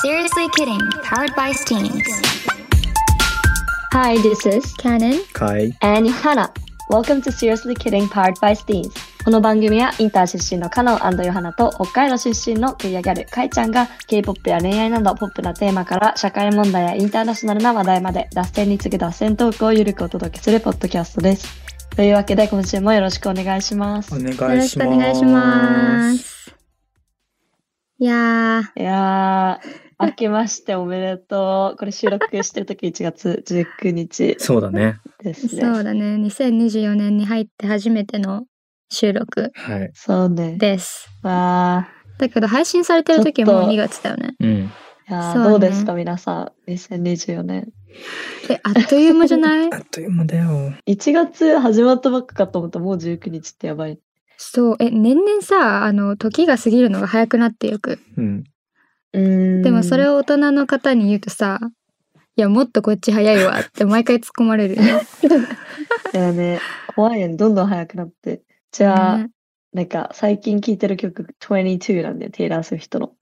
Seriously Kidding, powered by Steams. Hi, this is Canon Kai and Yohana. Welcome to Seriously Kidding, powered by Steams. この番組はインター出身のカノン&ヨハナと北海道出身のクリアギャルカイちゃんが K-POP や恋愛などポップなテーマから社会問題やインターナショナルな話題まで脱線に次ぐ脱線トークをゆるくお届けするポッドキャストです。というわけで今週もよろしくお願いします。 お願いしよろします。 くお願いします。いやー、明けましておめでとう。これ収録してるとき1月19日そうだね。 ですね。 そうだね。2024年に入って初めての収録はい。 そうね。 です。 わだけど配信されてる時もう2月だよね。 うん。 いやー、 そうねどうですか皆さん。2024年。 あっという間じゃないあっという間だよ。 1月始まったばっかかと思ったらもう19日ってやばい。 そう。年々さ、時が過ぎるのが早くなっていく。 うん。 でもそれを大人の方に言うとさ、いや、もっとこっち早いわって毎回突っ込まれるよ。 いやね、怖いよね。どんどん早くなって。じゃあ、 ねなんか最近聴いてる曲22なんだよ。テイラー・スウィフトの。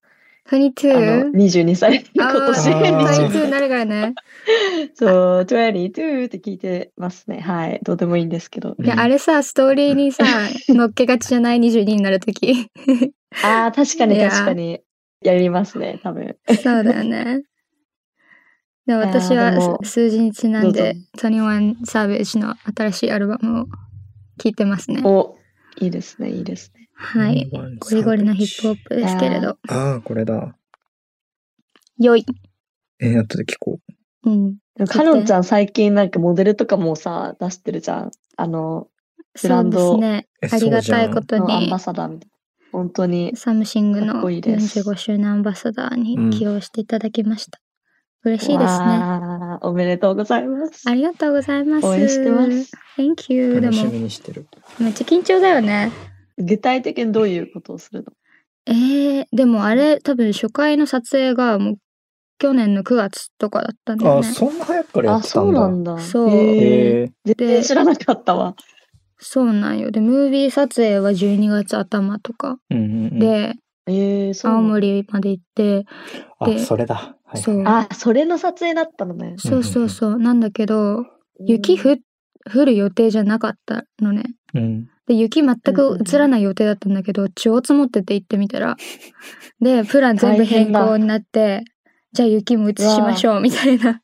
22? 22歳。今年 22 22 になるからね。 そう、22って聞いてますね。はい。どうでもいいんですけど。 いや、あれさ、ストーリーにさ、乗っけがちじゃない ?22 になるとき。 ああ、確かにいや確かに。やりますね、多分。 そうだよね。でも私いやーでもは数字にちなんでど 21サーベージの新しいアルバムを聴いてますね。 お、いいですね、いいですね。 はい。ゴリゴリのヒップホップですけれど。 ああ、これだ。 良い。 後で聞こう。 うん。 でもかのんちゃん最近なんかモデルとかもさ、出してるじゃん。ブランドそうですね。ありがたいことにのアンバ、サダーみたいな。本当に。 サムシングかっのこいいです 45周年アンバサダーに起用していただきました。嬉しいですね。 わーおめでとうございます。 ありがとうございます。 応援してます。 Thank you. で楽しも、 みにしてる。 めっちゃ緊張だよね。 具体的にどういうことをするの？ でもあれ多分初回の撮影がもう去年の9月とかだったんだよあ、 ね。 そんな早くからやあ、そうってたんだ。 なんだ。 そうへえ。 全然知らなかったわ。 そうなんよ。で、ムービー撮影は12月頭とかうんうんうん。 で、 そうなんだ。 青森まで行って、 あ、 でそれだ。はい。 そうあ、それの撮影だったのね。 そうそうそう。なんだけど、雪降る予定じゃなかったのね。 うん。 で、雪全く映らない予定だったんだけど、超積もってて行ってみたら。で、プラン全部変更になって、じゃあ雪も映しましょう、みたいな。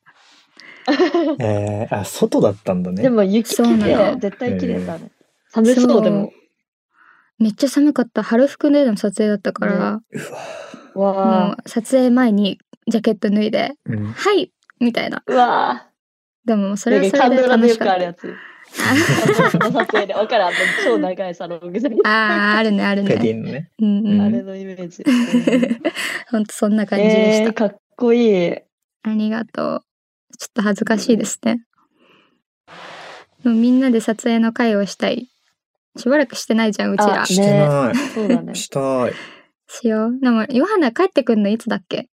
あ、外だったんだね。 でも雪そうな綺麗。 の絶対綺麗だね。寒そうでも。 めっちゃ寒かった。春服での撮影だったから、 うわ。 もわう撮影前にジャケット脱いで、 うん。 はいみたいな。 ー。うわでもそー。 れはそれでカンドラで楽しかった。 よくあるやつ。撮影で。わかる。超長いサロングあるね、あるペデね。 ィのね。 うんうん。 あれのイメージ。 ほんとそんな感じでした。 かっこいい。 ありがとう。ちょっと恥ずかしいですね。もうみんなで撮影の会をしたい。しばらくしてないじゃん、うちら。 あしてない。 そうだね。 したい。 しよう。でも、ヨハナ帰ってくんのいつだっけ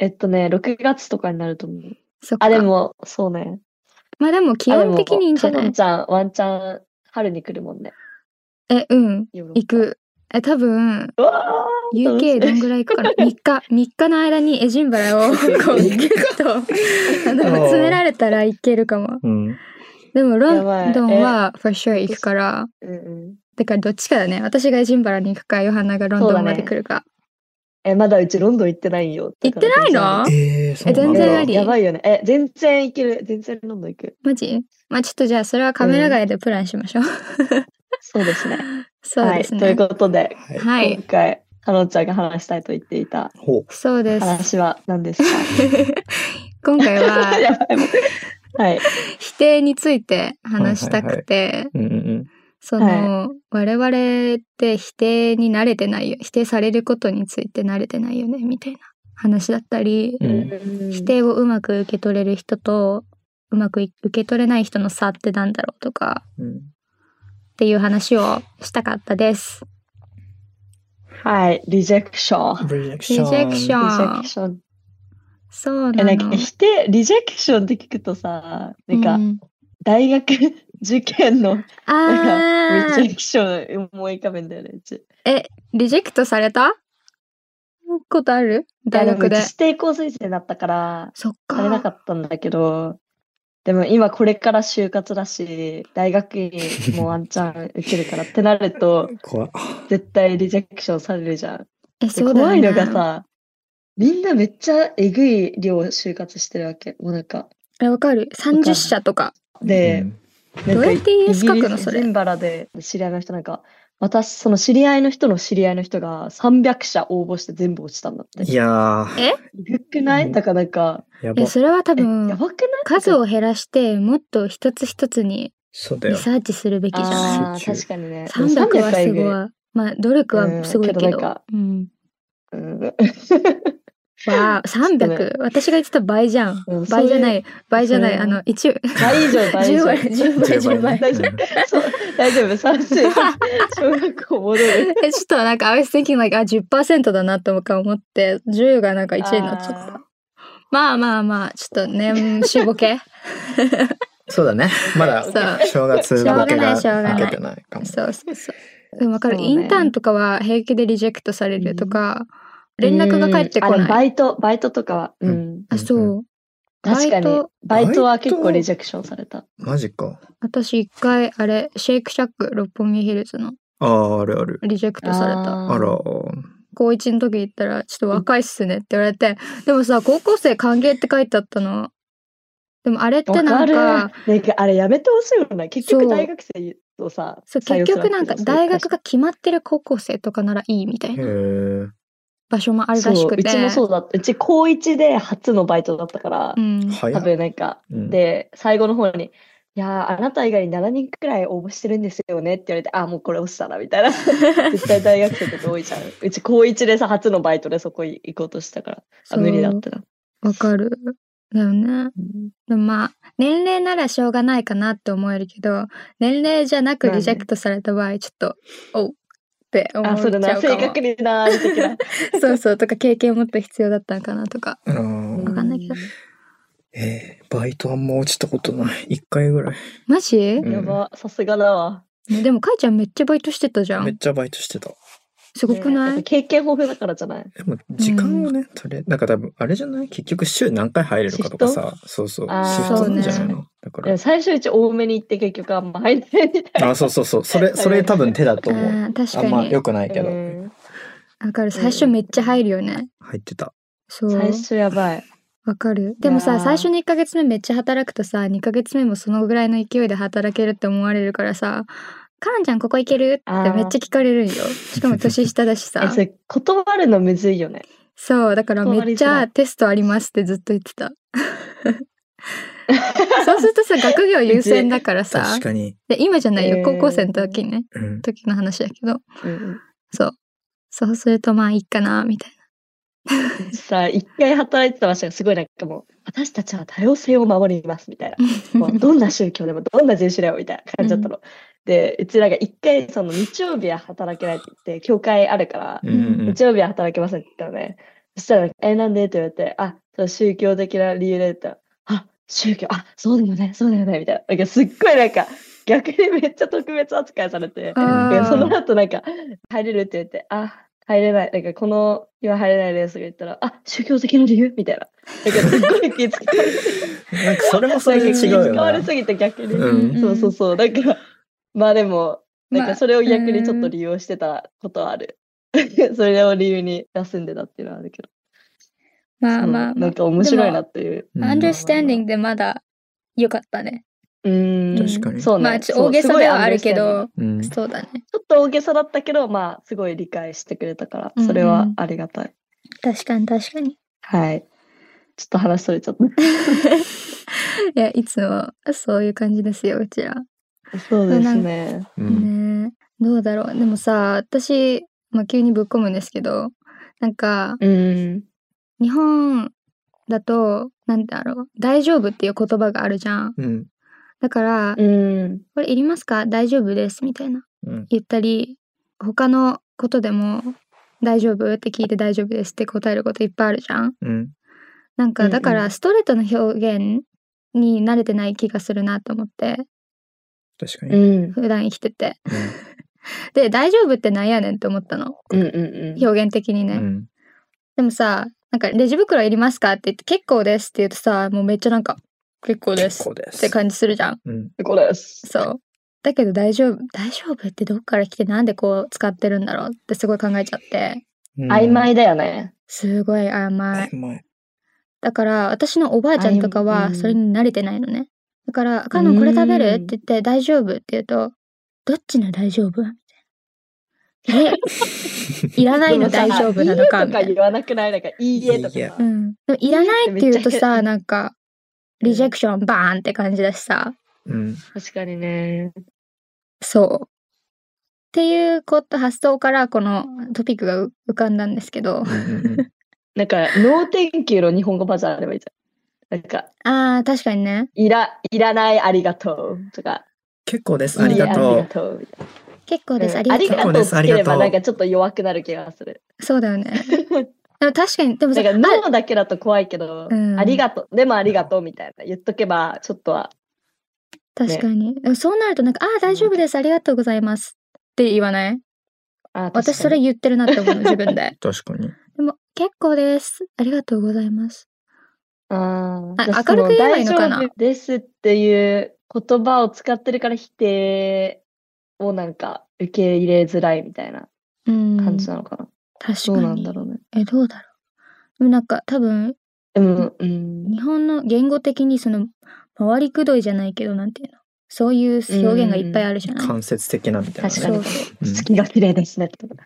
6月とかになると思う。 そっか。 あ、でも、そうね。 まあでも基本的にいいんじゃない？ かのんちゃん、ワンチャン、春に来るもんね。 うん。 ヨーロッパ行く。多分、 うわー UK どんぐらい行くかな ?3 日の間にエジンバラをこうギュッと詰められたらいけるかも。 うん。 でもロやばいンドンは for sure 行くから、 うんうん。 だからどっちかだね。私がエジンバラに行くか、ヨハナがロンドンまで来るか。 まだうちロンドン行ってないよ。 行ってないの？ そうなんだ。 全然ありやばいよね。全然行ける。全然ロンドン行く。 マジ？まあちょっとじゃあそれはカメラ外でプランしましょう。 そうですね。 そうですね。 はい。ということで、 はい今。回、かのんちゃんが話したいと言っていたほう。 そうです。 話は何ですか？ 今回はやばいもんはい。 否定について話したくて、 うんうん我々って否定に慣れてないよ。否定されることについて慣れてないよね、みたいな話だったり、 うん。 否定をうまく受け取れる人と、うまく受け取れない人の差ってなんだろうとか、 うん。 っていう話をしたかったです。 はい。リジェクション。 リジェクション。 リジェクションリジェクション。 そうなの。 なんかリジェクションって聞くとさ、なんか、大学受験の、なんか、リジェクション思い浮かべんだよね、うち。 リジェクトされた？ ことある？大学で。 いやでもうち指定校推薦だったから、 そっされなかか。 ったんだけど、でも今これから就活だし、大学院もワンチャン受けるからってなると、 怖っ。 絶対リジェクションされるじゃん。でそうだよね。 怖いのがさ、みんなめっちゃえぐい量就活してるわけ。もうなんか。 わかる。30社とか。 で、なんかどうやって ES 書くのイギリスそれ。 ジンバラで知り合いの人なんか、私、その知り合いの人の知り合いの人が300社応募して全部落ちたんだって。 いやー、 ええぐくない？だからなんか、 やば。 それは多や分、 ばくない？ 数を減らして、もっと一つ一つにそうだよ。 リサーチするべきじゃない？ ああ、 集中確かにね。 300はすえぐい。 ごい。まあ、努力はすごいけど。 けどなんか、 うん。 うんわあ、300。私が言ってた倍じゃん。 うん倍じゃない。倍じゃない。 それは 1、 倍以上、倍以 10 上。 倍、10倍、10倍。 大丈夫。そう、大丈夫。30、小学校戻る。 ちょっとなんか、I was thinking like, 10% だなと思って、10がなんか1になっちゃった。まあまあまあ、ちょっと年始ボケ。 そうだね。まだそう正月ボケがしょうがない受けてないかも。 そうそうそう。でもわかる。 そうねインターンとかは平気でリジェクトされるとか、連絡が返ってこでもない。 バイトとかは、 あ、そう。 確かに。バイトは結構バイトリジェクションされた。 マジか。 私一回、あれ、シェイクシャック六本木ヒルズのああ、あるある。 リジェクトされた。 あら。 高1の時行ったら、ちょっと若いっすねって言われて、でもさ、高校生歓迎って書いてあったの。でもあれってなんか、 ね、あれやめてほしいよな。結そう局大学生とさ、 そう結局なんか大学が決まってる高校生とかならいいみたいへなえ。 場所もあるらしくて。 うちもそうだった。うち高1で初のバイトだったから、 うん。 早多分なんか、で、最後の方に、いやー、あなた以外に7人くらい応募してるんですよねって言われて、あ、もうこれ落ちたな、みたいな。絶対大学生とか多いじゃん。うち高1でさ、初のバイトでそこ行こうとしたから、無理だったな。 わかる。だよね。でもまあ、年齢ならしょうがないかなって思えるけど、年齢じゃなくリジェクトされた場合、ちょっと、おうって思っちゃうかも。 あ、それな、正確にな、的な。 そうそう、とか経験をもっと必要だったのかなとか。 わかんないけど。 バイトあんま落ちたことない。1回ぐらい。 マジ？ やば、さすがだわ。 でも、かいちゃんめっちゃバイトしてたじゃん。 めっちゃバイトしてた。 すごくない？ 経験豊富だからじゃない？ でも、時間をね、なんか多分、あれじゃない結局週何回入れるかとかさ、そうそう、シフトなんじゃないの？だから。 最初うち多めに行って結局あんま入ってないみたいな。 あ、そう。それ多分手だと思う。 確かに。 あんま良くないけど。 わかる。最初めっちゃ入るよね。 入ってた。 そう。 最初やばい。 わかる。でもさ、最初の1ヶ月目めっちゃ働くとさ、2ヶ月目もそのぐらいの勢いで働けるって思われるからさ、カランちゃんここ行けるってめっちゃ聞かれるんよ。しかも年下だしさ。 それ断るのむずいよね。 そう、だからめっちゃテストありますってずっと言ってた。そうするとさ、学業優先だからさ。 確かに。 で、今じゃないよ。高校生の時ね。時の話だけど。そう。そうするとまあいいかな、みたいな。 さ、一回働いてた場所がすごいなんかもう、私たちは多様性を守りますみたいな。もうどんな宗教でもどんな人種でもみたいな感じだったの。で、うちらが一回その日曜日は働けないって言って、教会あるから、日曜日は働けませんって言ったらね。そしたら、なんでって言われて、あ、宗教的な理由でって言ったら、あ、宗教、あ、そうだよね、そうだよね、みたいな。なんかすっごいなんか、逆にめっちゃ特別扱いされて、その後なんか、入れるって言って、あ、入れない。なんかこの日は入れないですが言ったら、あ、宗教的な理由みたいな。なんかすっごい気使われて。 なんかそれもそれで違うよな。 気使われすぎて逆に。そう。なんか、まあでも、なんかそれを逆にちょっと利用してたことはある。それを理由に休んでたっていうのはあるけど。 まあ。 なんか面白いなっていう。 understanding でまだ良かったね。 確かに。 そうね。 まあ大げさではあるけど、そうだね。 ちょっと大げさだったけど、まあすごい理解してくれたから、それはありがたい。 確かに。 はい。ちょっと話それちゃった。 いや、いつもそういう感じですよ、うちら。 そうですね。 ね、どうだろう。でもさ、私、急にぶっ込むんですけど、なんか、日本だと、なんだろう、大丈夫っていう言葉があるじゃん。だから、これいりますか？大丈夫ですみたいな、言ったり、他のことでも大丈夫って聞いて大丈夫ですって答えることいっぱいあるじゃん。なんかだからストレートの表現に慣れてない気がするなと思って。 確かに。 普段生きてて。で、大丈夫ってなんやねんって思ったの。表現的にね。 でもさ、なんかレジ袋いりますかって言って結構ですって言うとさ、もうめっちゃなんか結構ですって感じするじゃん。 結構です。 そう。だけど大丈夫ってどっから来てなんでこう使ってるんだろうってすごい考えちゃって。 曖昧だよね。 すごい曖昧。だから私のおばあちゃんとかはそれに慣れてないのね。だから「カノンこれ食べる?」って言って「大丈夫?」って言うと「どっちの大丈夫?」みたいな。いらないの大丈夫なのかみたいな。 いいえとか言わなくない？なんかいいえとか。 でもいらないって言うとさ、なんかリジェクションバーンって感じだしさ。 確かにね。 そう。っていう発想からこのトピックが浮かんだんですけど。 なんかノーテンキューの日本語バージョンあればいいじゃん。なんか確かにね。 いらないありがとうとか。 結構ですありがとう。 結構ですありがとう。 ありがとうつければなんかちょっと弱くなる気がする。 そうだよね。でも確かにでもさ、 なんかノーだけだと怖いけど、ありがとうでもありがとうみたいな言っとけばちょっとは。 確かに。でもそうなるとなんか大丈夫ですありがとうございますって言わない？私それ言ってるなって思うの自分で。 確かに。 でも結構ですありがとうございます。明るく言えばいいのかな？ 大丈夫ですっていう言葉を使ってるから否定をなんか受け入れづらいみたいな感じなのかな。 確かに。 どうなんだろうね。 どうだろう。でもなんか多分、日本の言語的にその回りくどいじゃないけどなんていうの、そういう表現がいっぱいあるじゃない。 間接的なみたいな、ね。 確かに。月が綺麗ですねとか。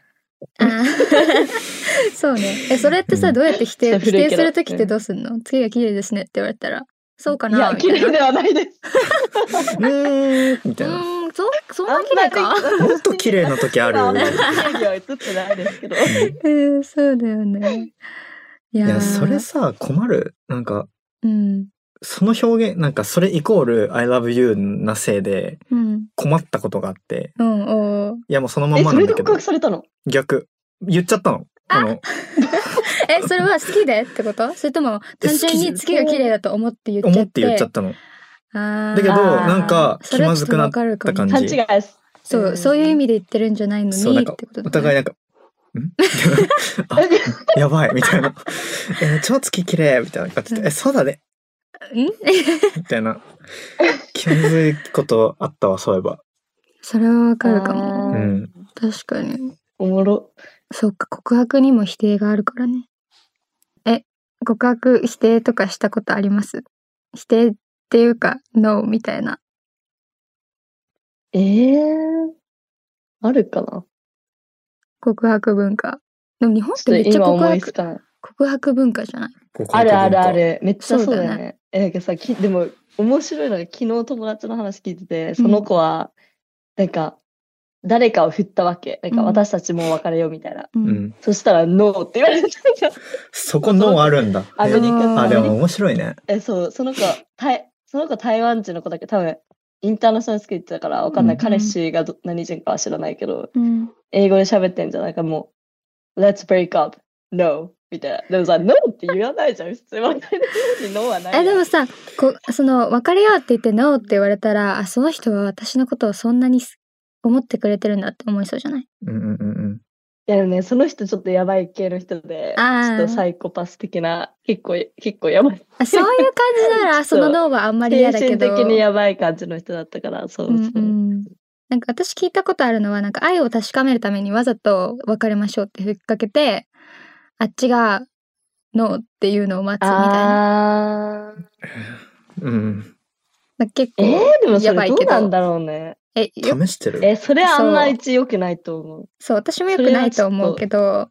そうね。それってさ、どうやって否定するときってどうすんの？月が綺麗ですねって言われたら、そうかな？ いや、綺麗ではないです。 みたいな。 そんな綺麗か？ もっと綺麗な時ある。 綺麗には映ってないですけど。 そうだよね。 いや、それさ、困る。なんか、その表現、なんかそれイコール I love you なせいで困ったことがあって。いや、もうそのまんまなんだけど。 それで告白されたの？ 逆。言っちゃったの。 それは好きでってこと？それとも単純に月が綺麗だと思って言っちゃって。 思って言っちゃったの。だけど、なんか気まずくなった感じ。 勘違い。 そういう意味で言ってるんじゃないのにってことだね。 お互いなんか、やばいみたいな。超月綺麗みたいな感じで、そうだね。みたいな。気まずいことあったわ、そういえば。 それはわかるかも。確かに。 おもろ。 そっか、告白にも否定があるからね。告白否定とかしたことあります？否定っていうか、ノーみたいな。 あるかな？ 告白文化。でも日本ってめっちゃ告白文化じゃない？ ある。めっちゃそうだよね。なんかさ、でも面白いのが昨日友達の話聞いてて、その子は、なんか、誰かを振ったわけ。なんか私たちもう別れようみたいな。そしたらノーって言われた。 そこノーあるんだ。 アメリカ。 でも面白いね。 そう、その子台湾人の子だけど多分、インターナショナルスクールだからわかんない。彼氏が何人かは知らないけど、英語で喋ってんじゃん。なんかもう、Let's break up. No. みたいな。でもさ、ノーって言わないじゃん。普通別れるようにノーはない。 でもさ、その別れようって言ってノーって言われたら、その人は私のことをそんなに思ってくれてるんだって思いそうじゃない？ いやでもね、その人ちょっとやばい系の人で、ちょっとサイコパス的な、結構やばい。 そういう感じなら、そのノーはあんまり嫌だけど。 精神的にやばい感じの人だったから、そう。 なんか私聞いたことあるのは、なんか愛を確かめるためにわざと別れましょうってふっかけて、あっちがノーっていうのを待つみたいな。結構でもそれどうなんだろうね。 試してる？ それはあんまり良くないと思う。 そう、私も良くないと思うけど。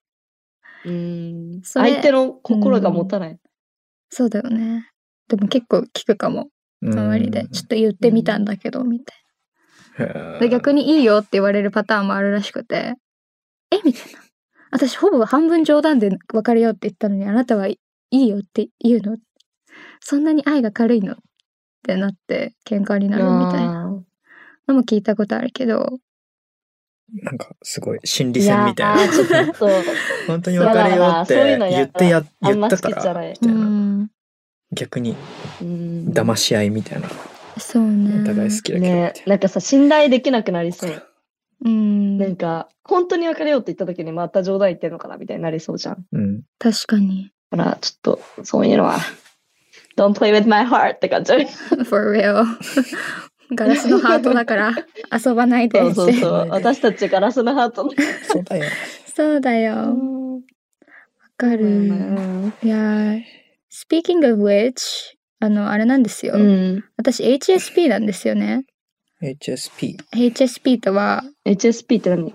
相手の心が持たない。 そうだよね。でも結構聞くかも。周りで。ちょっと言ってみたんだけど、みたいな。で逆にいいよって言われるパターンもあるらしくて。みたいな。私ほぼ半分冗談で別れようって言ったのに、あなたはいいよって言うの？そんなに愛が軽いの？ってなって喧嘩になるみたいなのも聞いたことあるけど、 なんかすごい心理戦みたいな。 ちょっと本当に別れようって言ったからみたいな。逆に騙し合いみたいな。 そうね。 お互い好きだけどね。なんかさ、信頼できなくなりそう。 なんか、本当に別れようって言った時にまた冗談言ってんのかなみたいになりそうじゃん。 確かに。 だから、ちょっと、そういうのは、Don't play with my heart って感じ。 For real. ガラスのハートだから遊ばないで。 そう。私たちガラスのハート。 そうだよ。 そうだよ。わかる。いや、Speaking of which、あれなんですよ。私 HSP なんですよね。HSP とは HSP って何？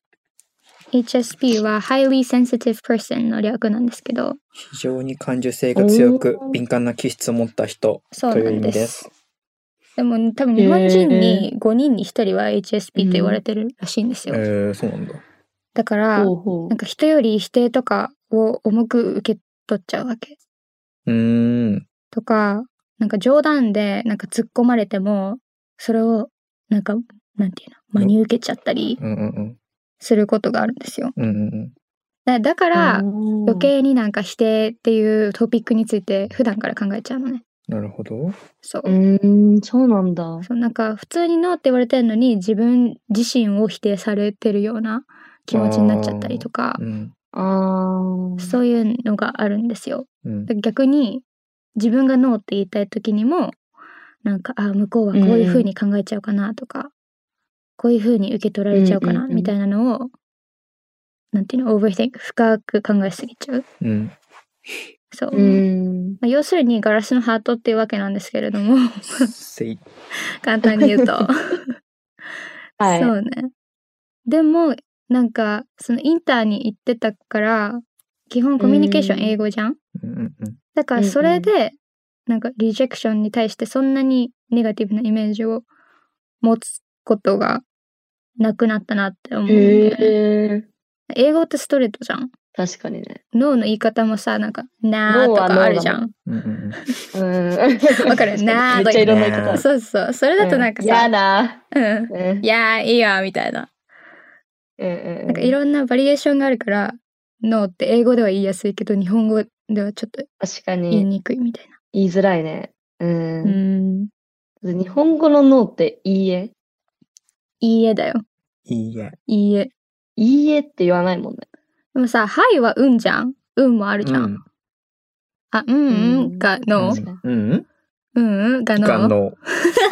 HSP は Highly Sensitive Person の略なんですけど、 非常に感受性が強く敏感な気質を持った人という意味です。 でも多分日本人に5人に1人は HSP と言われてるらしいんですよ。 そうなんだ。 だからなんか人より否定とかを重く受け取っちゃうわけ。とか、なんか冗談でなんか突っ込まれてもそれをなんていうの、真に受けちゃったりすることがあるんですよ。だから余計になんか否定っていうトピックについて普段から考えちゃうのね。 なるほど。 そうなんだ。 なんか普通にノーって言われてるのに自分自身を否定されてるような気持ちになっちゃったりとか、そういうのがあるんですよ。逆に自分がノーって言いたい時にもなんか向こうはこういう風に考えちゃうかなとか、こういう風に受け取られちゃうかなみたいなのをなんていうの、オーバーシンク、深く考えすぎちゃう。そう。要するにガラスのハートっていうわけなんですけれども簡単に言うとそうね。でもなんかそのインターに行ってたから基本コミュニケーション英語じゃん。だからそれでなんかリジェクションに対してそんなにネガティブなイメージを持つことがなくなったなって思うんだよね。英語ってストレートじゃん。 確かにね。 ノーの言い方もさ、なんか、なーとかあるじゃん。わかる？なーとか。めっちゃいろんな言い方。そう。それだとなんかさ、 やな。 いやー、いいや、みたいな。なんかいろんなバリエーションがあるから、ノーって英語では言いやすいけど、日本語ではちょっと言いにくいみたいな。 言いづらいね。日本語のノーっていいえ？ いいえだよ。 いいえ。 いいえ。 いいえって言わないもんね。 でもさ、はいはうんじゃん。うんもあるじゃん。がノー。がノー。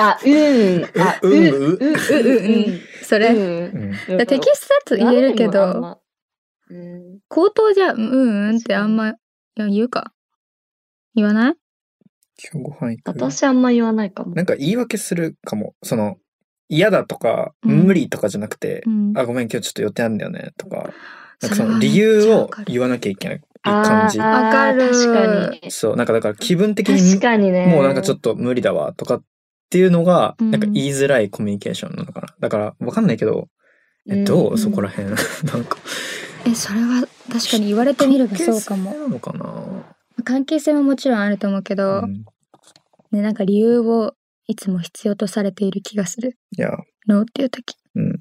それ。テキストだと言えるけど、口頭じゃってあんま言うか？言わない？ 今日ご飯行く？ 私あんま言わないかも。 なんか言い訳するかも。嫌だとか、無理とかじゃなくて、ごめん今日ちょっと予定あるんだよねとか、なんかその理由を言わなきゃいけない感じ。 わかる。 確かに。 そう、なんかだから気分的に、もうなんかちょっと無理だわとかっていうのが、なんか言いづらいコミュニケーションなのかな。だからわかんないけど、どう？そこら辺。なんか。 それは確かに言われてみればそうかも。 関係性なのかな？ 関係性ももちろんあると思うけど、なんか理由をいつも必要とされている気がする。ノーっていう時。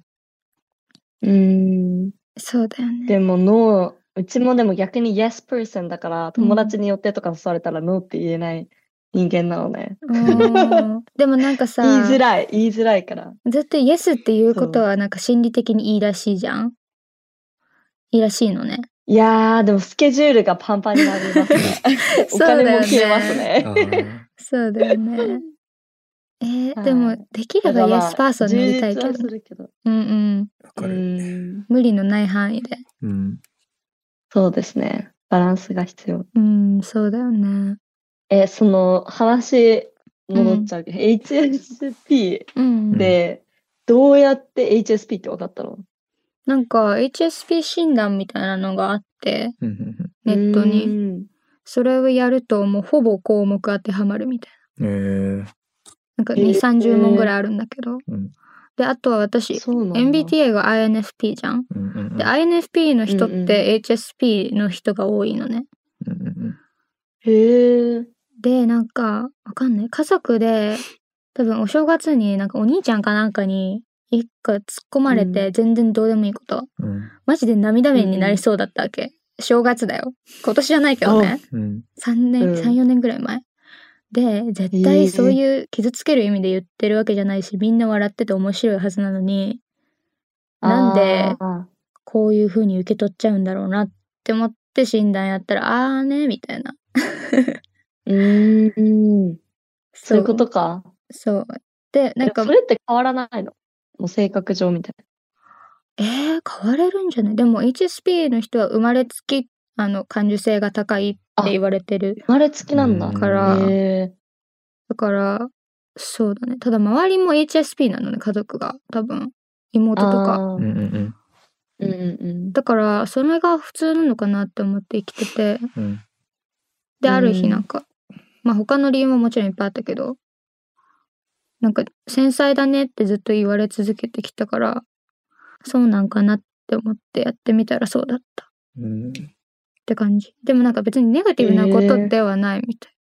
そうだよね。 でもノー、うちもでも逆に yes person だから友達によってとか誘われたらノーって言えない人間なのね。 でもなんかさ、 言いづらいから。 絶対 yes っていうことはなんか心理的にいいらしいじゃん。いいらしいのね。 いやー、でもスケジュールがパンパンになりますね。お金も消えますね。 そうだよね。でもできれば yes パーソンになりたいけど。無理のない範囲で。 そうですね。バランスが必要。 そうだよね。 その話戻っちゃうけど、HSP でどうやって HSP って分かったの？ なんか HSP 診断みたいなのがあってネットにそれをやるともうほぼ項目当てはまるみたいな。なんか2、30問ぐらいあるんだけど、であとは私 MBTI が INFP じゃん。で INFP の人って HSP の人が多いのね。でなんかわかんない、家族で多分お正月になんかお兄ちゃんかなんかに一回突っ込まれて、全然どうでもいいこと、マジで涙目になりそうだったわけ。正月だよ、今年じゃないけどね。3、4年ぐらい前で、絶対そういう傷つける意味で言ってるわけじゃないし、みんな笑ってて面白いはずなのに、 なんでこういう風に受け取っちゃうんだろうなって思って診断やったら、あーねみたいな。 そういうことか。 そう。で、なんか。 それって変わらないの？もう性格上みたいな。変われるんじゃない？でも HSP の人は生まれつき、感受性が高いって言われてる。 生まれつきなんだ。 から、だから、そうだね。ただ周りも HSP なのね、家族が。多分、妹とか。だから、それが普通なのかなって思って生きてて。で、ある日なんか、まあ他の理由ももちろんいっぱいあったけど、なんか繊細だねってずっと言われ続けてきたから、そうなんかなって思ってやってみたらそうだった。って感じ。でもなんか別にネガティブなことではないみたい。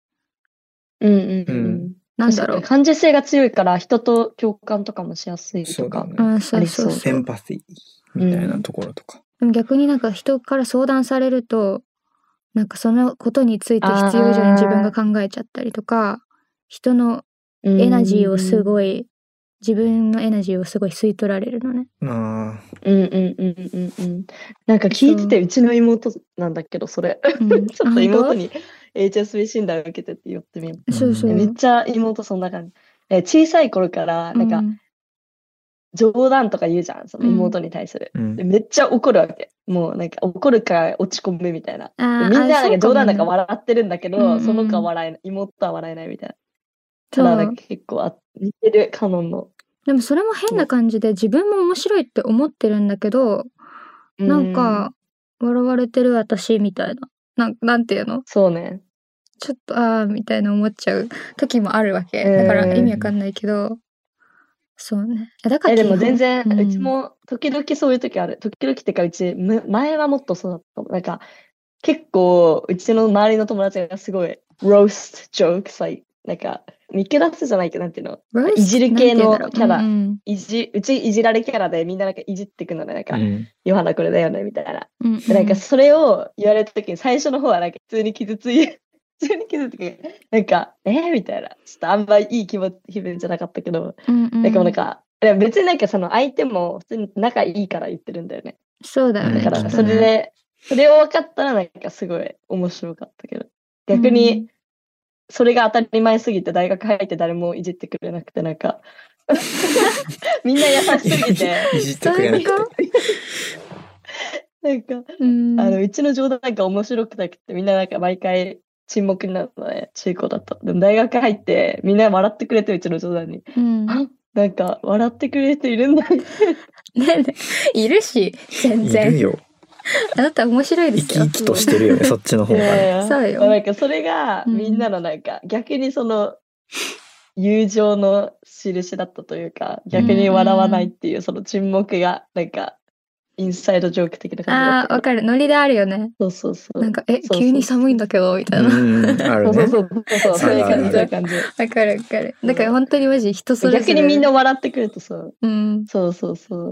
なんだろう。 感受性が強いから人と共感とかもしやすいとかありそう。 センパシーみたいなところとか。 でも逆になんか人から相談されると、なんかそのことについて必要以上に自分が考えちゃったりとか、人のエナジーをすごい、自分のエナジーをすごい吸い取られるのね。 なんか聞いてて、うちの妹なんだけど、それ。ちょっと妹に HSP 診断受けてって言ってみる。めっちゃ妹そんな感じ。小さい頃から、なんか、冗談とか言うじゃん、その妹に対する。でめっちゃ怒るわけ。もうなんか怒るから落ち込むみたいな。みんななんか冗談なんか笑ってるんだけど、その子は笑えない、妹は笑えないみたいな。ただなんか結構似てるカノンの。 でもそれも変な感じで自分も面白いって思ってるんだけど、なんか笑われてる私みたいな。なんていうの？ そうね。 ちょっとみたいな思っちゃう時もあるわけ。だから意味わかんないけど。そうね。だからでも全然、うちも時々そういう時ある。時々ってかうち、前はもっとそうだった。なんか、結構、うちの周りの友達がすごい、roast jokes、なんか、見下すじゃないけど、なんていうの、いじる系のキャラ、うちいじられキャラでみんななんかいじってくのね、なんか、ヨハナこれだよね、みたいな。なんか、それを言われた時に、最初の方はなんか普通に傷ついて、なんか、みたいな。ちょっとあんまりいい気分じゃなかったけど、なんか、別になんかその相手も普通に仲いいから言ってるんだよね。 そうだよね。 だからそれを分かったらなんかすごい面白かったけど、逆にそれが当たり前すぎて大学入って誰もいじってくれなくて、なんか、みんな優しすぎて。 いじってくれなくて。 なんか、うちの冗談が面白くなくて、みんななんか毎回、沈黙になるのね、中高だと。でも大学入って、みんな笑ってくれて、うちの冗談に。なんか、笑ってくれる人いるんだね。 いるし、全然。 いるよ。 あなた面白いですよ。 生き生きとしてるよね、そっちの方が。 そうよ。 なんかそれが、みんなのなんか、逆にその、友情の印だったというか、逆に笑わないっていう、その沈黙が、なんか、インサイドジョーク的な感じだった。 わかる。ノリであるよね。 そう。 なんか、急に寒いんだけど、みたいな。 あるね。 そういう感じ、そういう感じ。 わかる。だから本当にマジ人それぞれ。 逆にみんな笑ってくるとさ、そう。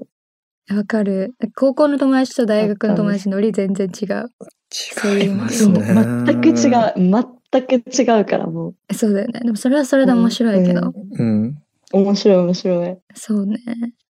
わかる。高校の友達と大学の友達ノリ全然違う。 違いますね。 全く違うからもう。 そうだよね。でもそれはそれで面白いけど。 面白い。 そうね。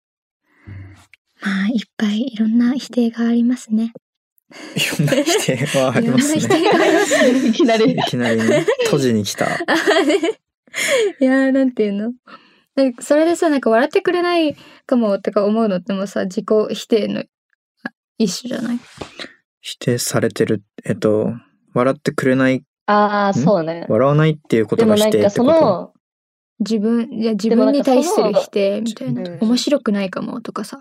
まあ、いっぱいいろんな否定がありますね。 いろんな否定はありますね。 いきなりね、閉じに来た。 いやー、なんていうの？それでさ、なんか笑ってくれないかもとか思うのってもさ、自己否定の一種じゃない？ 否定されてる。笑ってくれない。 そうね。 笑わないっていうことが否定ってこと？でもなんかその、 自分に対する否定みたいな。面白くないかもとかさ。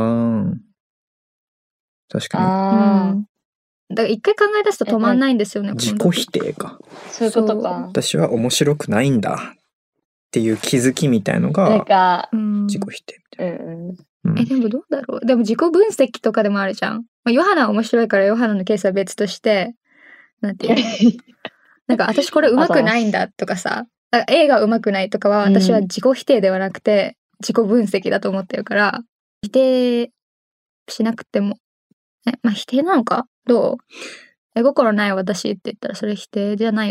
確かに。だから一回考え出すと止まんないんですよね。 自己否定か。 そういうことか。 私は面白くないんだっていう気づきみたいのが、自己否定みたいな。 でもどうだろう。でも自己分析とかでもあるじゃん。ヨハナは面白いからヨハナのケースは別として、なんていうのなんか私これ上手くないんだとかさ、映画上手くないとかは私は自己否定ではなくて自己分析だと思ってるから、否定しなくてもまあ否定なのかどう？絵心ない私って言ったらそれ否定じゃないよね。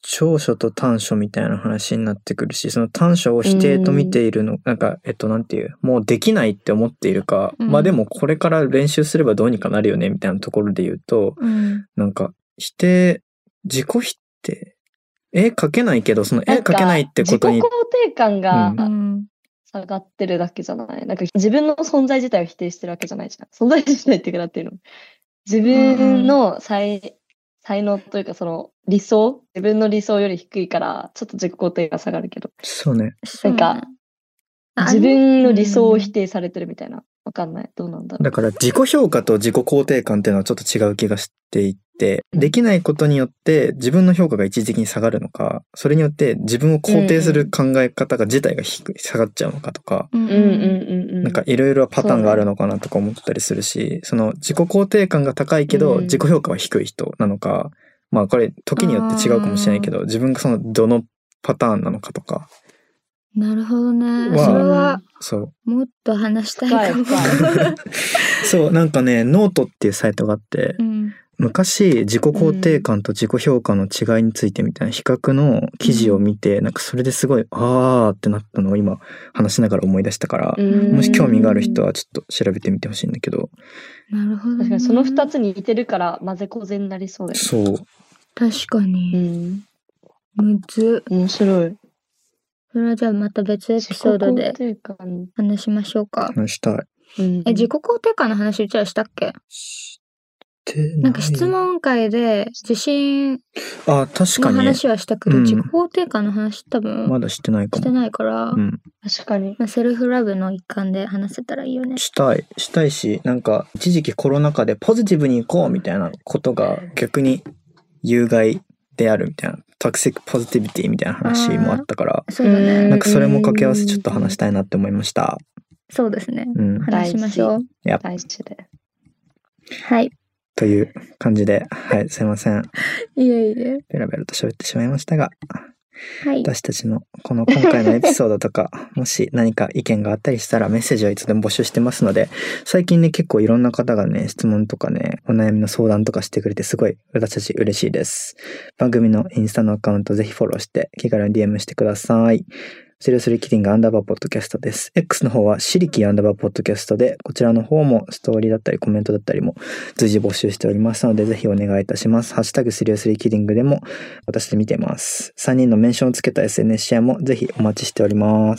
長所と短所みたいな話になってくるし、その短所を否定と見ているの、なんか、なんていう、もうできないって思っているか、まあでもこれから練習すればどうにかなるよね、みたいなところで言うと、なんか、自己否定絵描けないけど、その絵描けないってことに。 自己肯定感が下がってるだけじゃない。なんか自分の存在自体を否定してるわけじゃないじゃん。存在自体っていうかなっていうの。自分の才能というかその理想、自分の理想より低いから、ちょっと自己肯定が下がるけど。 そうね。 なんか、自分の理想を否定されてるみたいな。わかんない。どうなんだろう。 だから自己評価と自己肯定感っていうのはちょっと違う気がしていて、できないことによって自分の評価が一時的に下がるのか、それによって自分を肯定する考え方が自体が下がっちゃうのかとか、なんかいろいろパターンがあるのかなとか思ったりするし、その自己肯定感が高いけど自己評価は低い人なのか、まあこれ時によって違うかもしれないけど、自分がそのどのパターンなのかとか。 なるほどね。それはもっと話したいかも。 そう、なんかね、ノートっていうサイトがあって、昔自己肯定感と自己評価の違いについてみたいな比較の記事を見て、なんかそれですごいあーってなったのを今話しながら思い出したから、もし興味がある人はちょっと調べてみてほしいんだけど。 なるほど、ね。 確かにその2つに似てるから混ぜこぜになりそうだよね。 そう。 確かに。むず。 面白い。 それはじゃあまた別エピソードで話しましょうか。 話したい。 自己肯定感の話うちらしたっけ？なんか質問会で自信の話はしたけど、自己肯定感の話多分まだしてないかも。 してないから、 確かに。 セルフラブの一環で話せたらいいよね。 したいし、なんか一時期コロナ禍でポジティブに行こうみたいなことが逆に有害であるみたいな、トクシックポジティビティみたいな話もあったから、 そうだね。 なんかそれも掛け合わせちょっと話したいなって思いました。 そうですね。話しましょう。 大事で。 はい。 という感じで、はい、すいません。 いえいえ。 ベラベラと喋ってしまいましたが、 はい、 私たちの今回のエピソードとかもし何か意見があったりしたらメッセージはいつでも募集してますので、最近ね結構いろんな方がね質問とかねお悩みの相談とかしてくれてすごい私たち嬉しいです。番組のインスタのアカウントぜひフォローして気軽に DM してください。セリオスリーキティングアンダーバーポッドキャストです。X の方はシリキーアンダーバーポッドキャストで、こちらの方もストーリーだったりコメントだったりも随時募集しておりますので、ぜひお願いいたします。ハッシュタグセリオスリーキティングでも私で見てます。3人のメンションをつけた SNS シェアもぜひお待ちしております。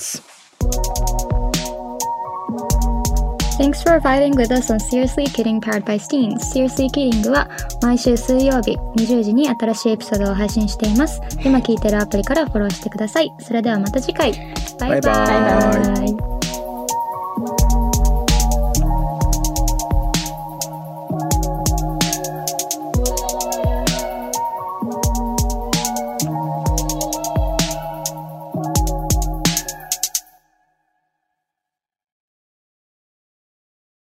Thanks for vibing with us on Seriously Kidding Powered by Steens. Seriously Kidding は毎週水曜日20時に新しいエピソードを配信しています。今聞いてるアプリからフォローしてください。それではまた次回。バイバイ。